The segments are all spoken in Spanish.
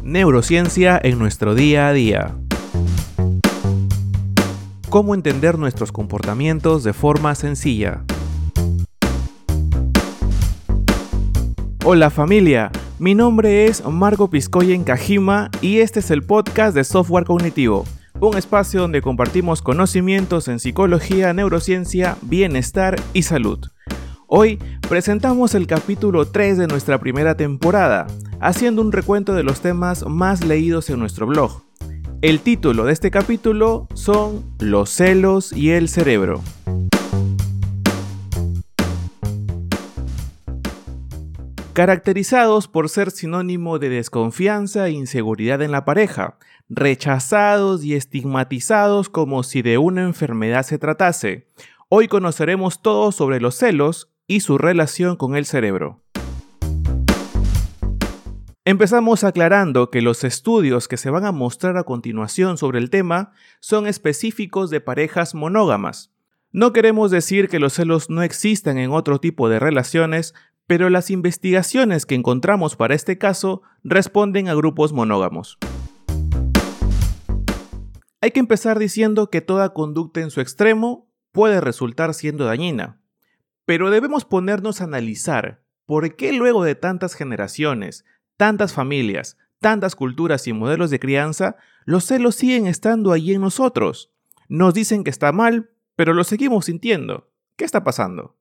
Neurociencia en nuestro día a día. Cómo entender nuestros comportamientos de forma sencilla. Hola familia, mi nombre es Marco Piscoyen Kajima y este es el podcast de Software Cognitivo, un espacio donde compartimos conocimientos en psicología, neurociencia, bienestar y salud. Hoy presentamos el capítulo 3 de nuestra primera temporada, haciendo un recuento de los temas más leídos en nuestro blog. El título de este capítulo son Los celos y el cerebro. Caracterizados por ser sinónimo de desconfianza e inseguridad en la pareja, rechazados y estigmatizados como si de una enfermedad se tratase, hoy conoceremos todo sobre los celos y su relación con el cerebro. Empezamos aclarando que los estudios que se van a mostrar a continuación sobre el tema son específicos de parejas monógamas. No queremos decir que los celos no existan en otro tipo de relaciones, pero las investigaciones que encontramos para este caso responden a grupos monógamos. Hay que empezar diciendo que toda conducta en su extremo puede resultar siendo dañina. Pero debemos ponernos a analizar por qué luego de tantas generaciones, tantas familias, tantas culturas y modelos de crianza, los celos siguen estando allí en nosotros. Nos dicen que está mal, pero lo seguimos sintiendo. ¿Qué está pasando?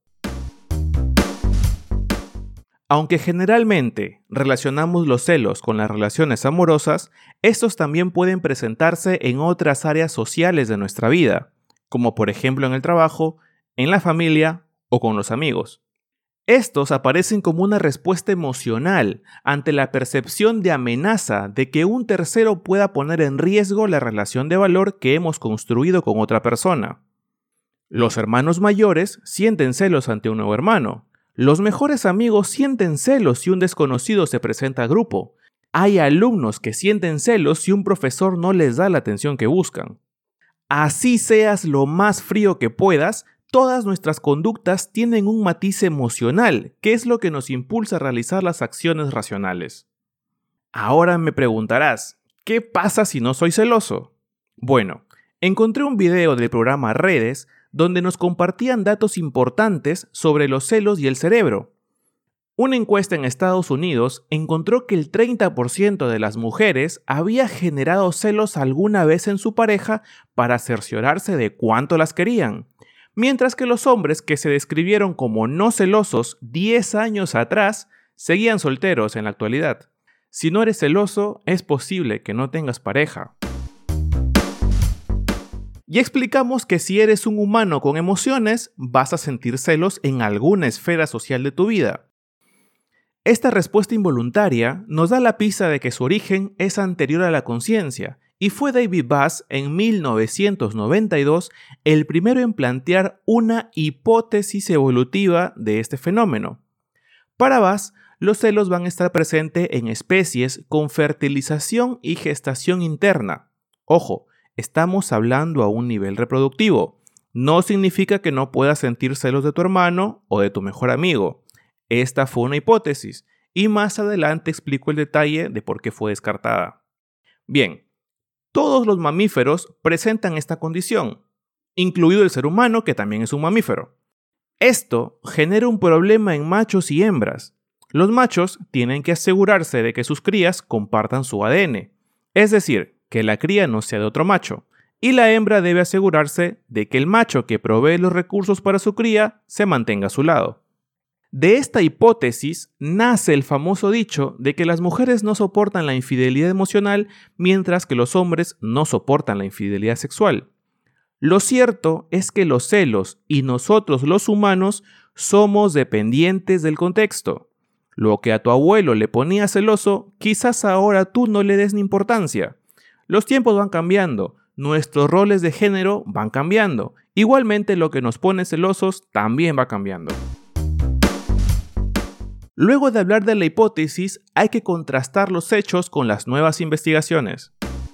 Aunque generalmente relacionamos los celos con las relaciones amorosas, estos también pueden presentarse en otras áreas sociales de nuestra vida, como por ejemplo en el trabajo, en la familia o con los amigos. Estos aparecen como una respuesta emocional ante la percepción de amenaza de que un tercero pueda poner en riesgo la relación de valor que hemos construido con otra persona. Los hermanos mayores sienten celos ante un nuevo hermano. Los mejores amigos sienten celos si un desconocido se presenta al grupo. Hay alumnos que sienten celos si un profesor no les da la atención que buscan. Así seas lo más frío que puedas, todas nuestras conductas tienen un matiz emocional, que es lo que nos impulsa a realizar las acciones racionales. Ahora me preguntarás, ¿qué pasa si no soy celoso? Bueno, encontré un video del programa Redes donde nos compartían datos importantes sobre los celos y el cerebro. Una encuesta en Estados Unidos encontró que el 30% de las mujeres había generado celos alguna vez en su pareja para cerciorarse de cuánto las querían, mientras que los hombres que se describieron como no celosos 10 años atrás seguían solteros en la actualidad. Si no eres celoso, es posible que no tengas pareja. Y explicamos que si eres un humano con emociones, vas a sentir celos en alguna esfera social de tu vida. Esta respuesta involuntaria nos da la pista de que su origen es anterior a la conciencia, y fue David Buss en 1992 el primero en plantear una hipótesis evolutiva de este fenómeno. Para Buss, los celos van a estar presentes en especies con fertilización y gestación interna. Ojo, estamos hablando a un nivel reproductivo. No significa que no puedas sentir celos de tu hermano o de tu mejor amigo. Esta fue una hipótesis, y más adelante explico el detalle de por qué fue descartada. Bien, todos los mamíferos presentan esta condición, incluido el ser humano, que también es un mamífero. Esto genera un problema en machos y hembras. Los machos tienen que asegurarse de que sus crías compartan su ADN, es decir, que la cría no sea de otro macho, y la hembra debe asegurarse de que el macho que provee los recursos para su cría se mantenga a su lado. De esta hipótesis nace el famoso dicho de que las mujeres no soportan la infidelidad emocional mientras que los hombres no soportan la infidelidad sexual. Lo cierto es que los celos y nosotros los humanos somos dependientes del contexto. Lo que a tu abuelo le ponía celoso, quizás ahora tú no le des ni importancia. Los tiempos van cambiando, nuestros roles de género van cambiando. Igualmente lo que nos pone celosos también va cambiando. Luego de hablar de la hipótesis, hay que contrastar los hechos con las nuevas investigaciones.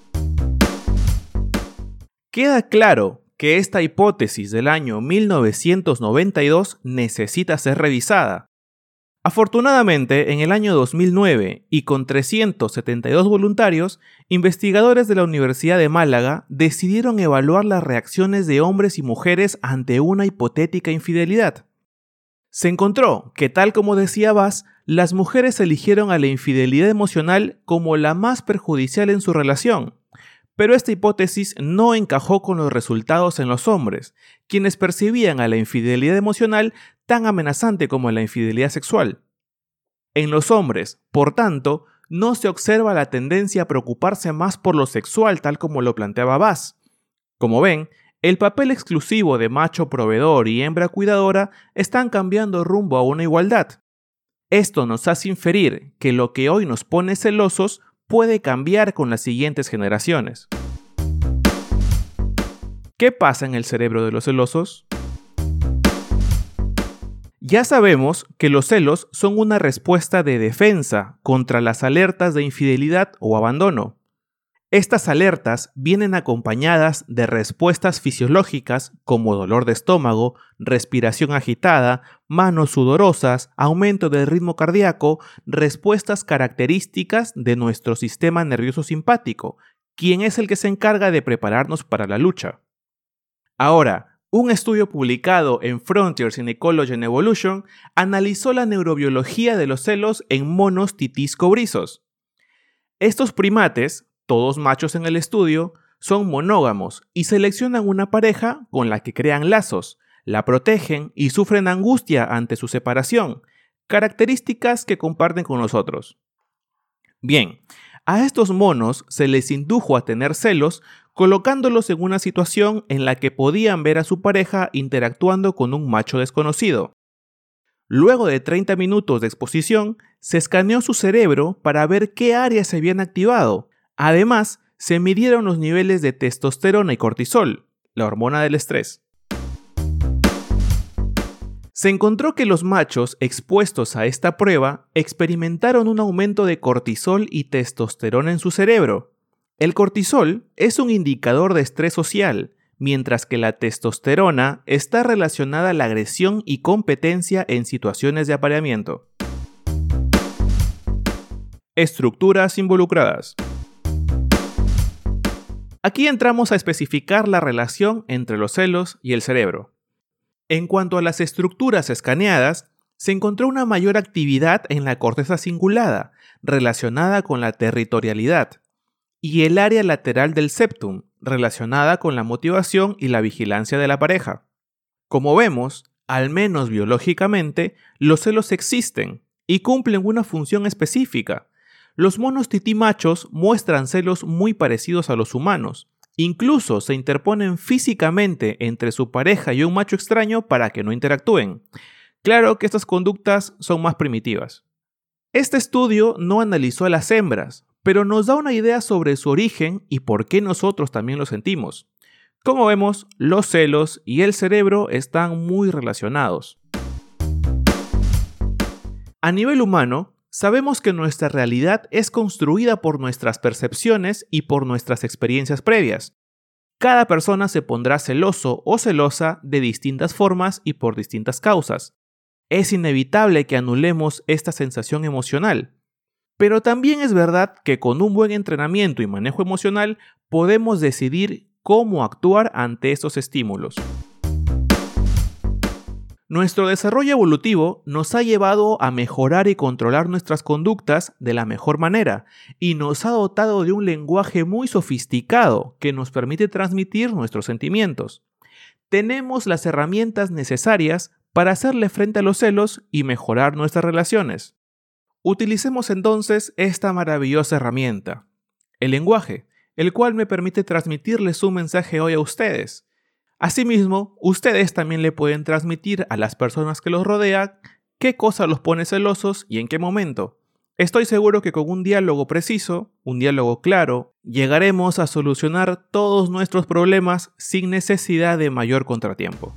Queda claro que esta hipótesis del año 1992 necesita ser revisada. Afortunadamente, en el año 2009 y con 372 voluntarios, investigadores de la Universidad de Málaga decidieron evaluar las reacciones de hombres y mujeres ante una hipotética infidelidad. Se encontró que, tal como decía Bass, las mujeres eligieron a la infidelidad emocional como la más perjudicial en su relación. Pero esta hipótesis no encajó con los resultados en los hombres, quienes percibían a la infidelidad emocional tan amenazante como la infidelidad sexual. En los hombres, por tanto, no se observa la tendencia a preocuparse más por lo sexual tal como lo planteaba Bass. Como ven, el papel exclusivo de macho proveedor y hembra cuidadora están cambiando rumbo a una igualdad. Esto nos hace inferir que lo que hoy nos pone celosos puede cambiar con las siguientes generaciones. ¿Qué pasa en el cerebro de los celosos? Ya sabemos que los celos son una respuesta de defensa contra las alertas de infidelidad o abandono. Estas alertas vienen acompañadas de respuestas fisiológicas como dolor de estómago, respiración agitada, manos sudorosas, aumento del ritmo cardíaco, respuestas características de nuestro sistema nervioso simpático, quien es el que se encarga de prepararnos para la lucha. Ahora, un estudio publicado en Frontiers in Ecology and Evolution analizó la neurobiología de los celos en monos titís cobrizos. Estos primates, todos machos en el estudio, son monógamos y seleccionan una pareja con la que crean lazos, la protegen y sufren angustia ante su separación, características que comparten con nosotros. Bien, a estos monos se les indujo a tener celos colocándolos en una situación en la que podían ver a su pareja interactuando con un macho desconocido. Luego de 30 minutos de exposición, se escaneó su cerebro para ver qué áreas se habían activado. Además, se midieron los niveles de testosterona y cortisol, la hormona del estrés. Se encontró que los machos expuestos a esta prueba experimentaron un aumento de cortisol y testosterona en su cerebro. El cortisol es un indicador de estrés social, mientras que la testosterona está relacionada a la agresión y competencia en situaciones de apareamiento. Estructuras involucradas. Aquí entramos a especificar la relación entre los celos y el cerebro. En cuanto a las estructuras escaneadas, se encontró una mayor actividad en la corteza cingulada, relacionada con la territorialidad, y el área lateral del septum, relacionada con la motivación y la vigilancia de la pareja. Como vemos, al menos biológicamente, los celos existen y cumplen una función específica. Los monos tití machos muestran celos muy parecidos a los humanos. Incluso se interponen físicamente entre su pareja y un macho extraño para que no interactúen. Claro que estas conductas son más primitivas. Este estudio no analizó a las hembras, pero nos da una idea sobre su origen y por qué nosotros también lo sentimos. Como vemos, los celos y el cerebro están muy relacionados. A nivel humano, sabemos que nuestra realidad es construida por nuestras percepciones y por nuestras experiencias previas. Cada persona se pondrá celoso o celosa de distintas formas y por distintas causas. Es inevitable que anulemos esta sensación emocional. Pero también es verdad que con un buen entrenamiento y manejo emocional podemos decidir cómo actuar ante estos estímulos. Nuestro desarrollo evolutivo nos ha llevado a mejorar y controlar nuestras conductas de la mejor manera y nos ha dotado de un lenguaje muy sofisticado que nos permite transmitir nuestros sentimientos. Tenemos las herramientas necesarias para hacerle frente a los celos y mejorar nuestras relaciones. Utilicemos entonces esta maravillosa herramienta, el lenguaje, el cual me permite transmitirles un mensaje hoy a ustedes. Asimismo, ustedes también le pueden transmitir a las personas que los rodean qué cosa los pone celosos y en qué momento. Estoy seguro que con un diálogo preciso, un diálogo claro, llegaremos a solucionar todos nuestros problemas sin necesidad de mayor contratiempo.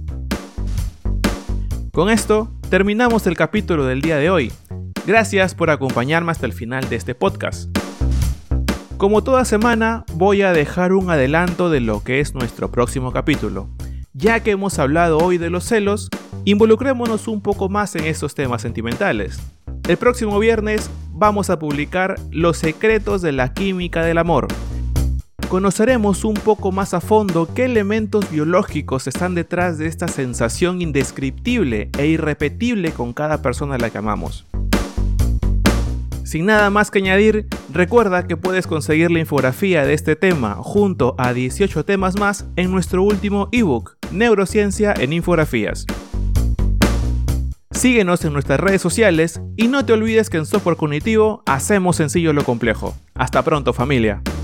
Con esto, terminamos el capítulo del día de hoy. Gracias por acompañarme hasta el final de este podcast. Como toda semana, voy a dejar un adelanto de lo que es nuestro próximo capítulo. Ya que hemos hablado hoy de los celos, Involucrémonos un poco más en estos temas sentimentales. El próximo viernes vamos a publicar Los secretos de la química del amor. Conoceremos un poco más a fondo qué elementos biológicos están detrás de esta sensación indescriptible e irrepetible con cada persona a la que amamos. Sin nada más que añadir, recuerda que puedes conseguir la infografía de este tema junto a 18 temas más en nuestro último ebook, Neurociencia en Infografías. Síguenos en nuestras redes sociales y no te olvides que en Software Cognitivo hacemos sencillo lo complejo. Hasta pronto, familia.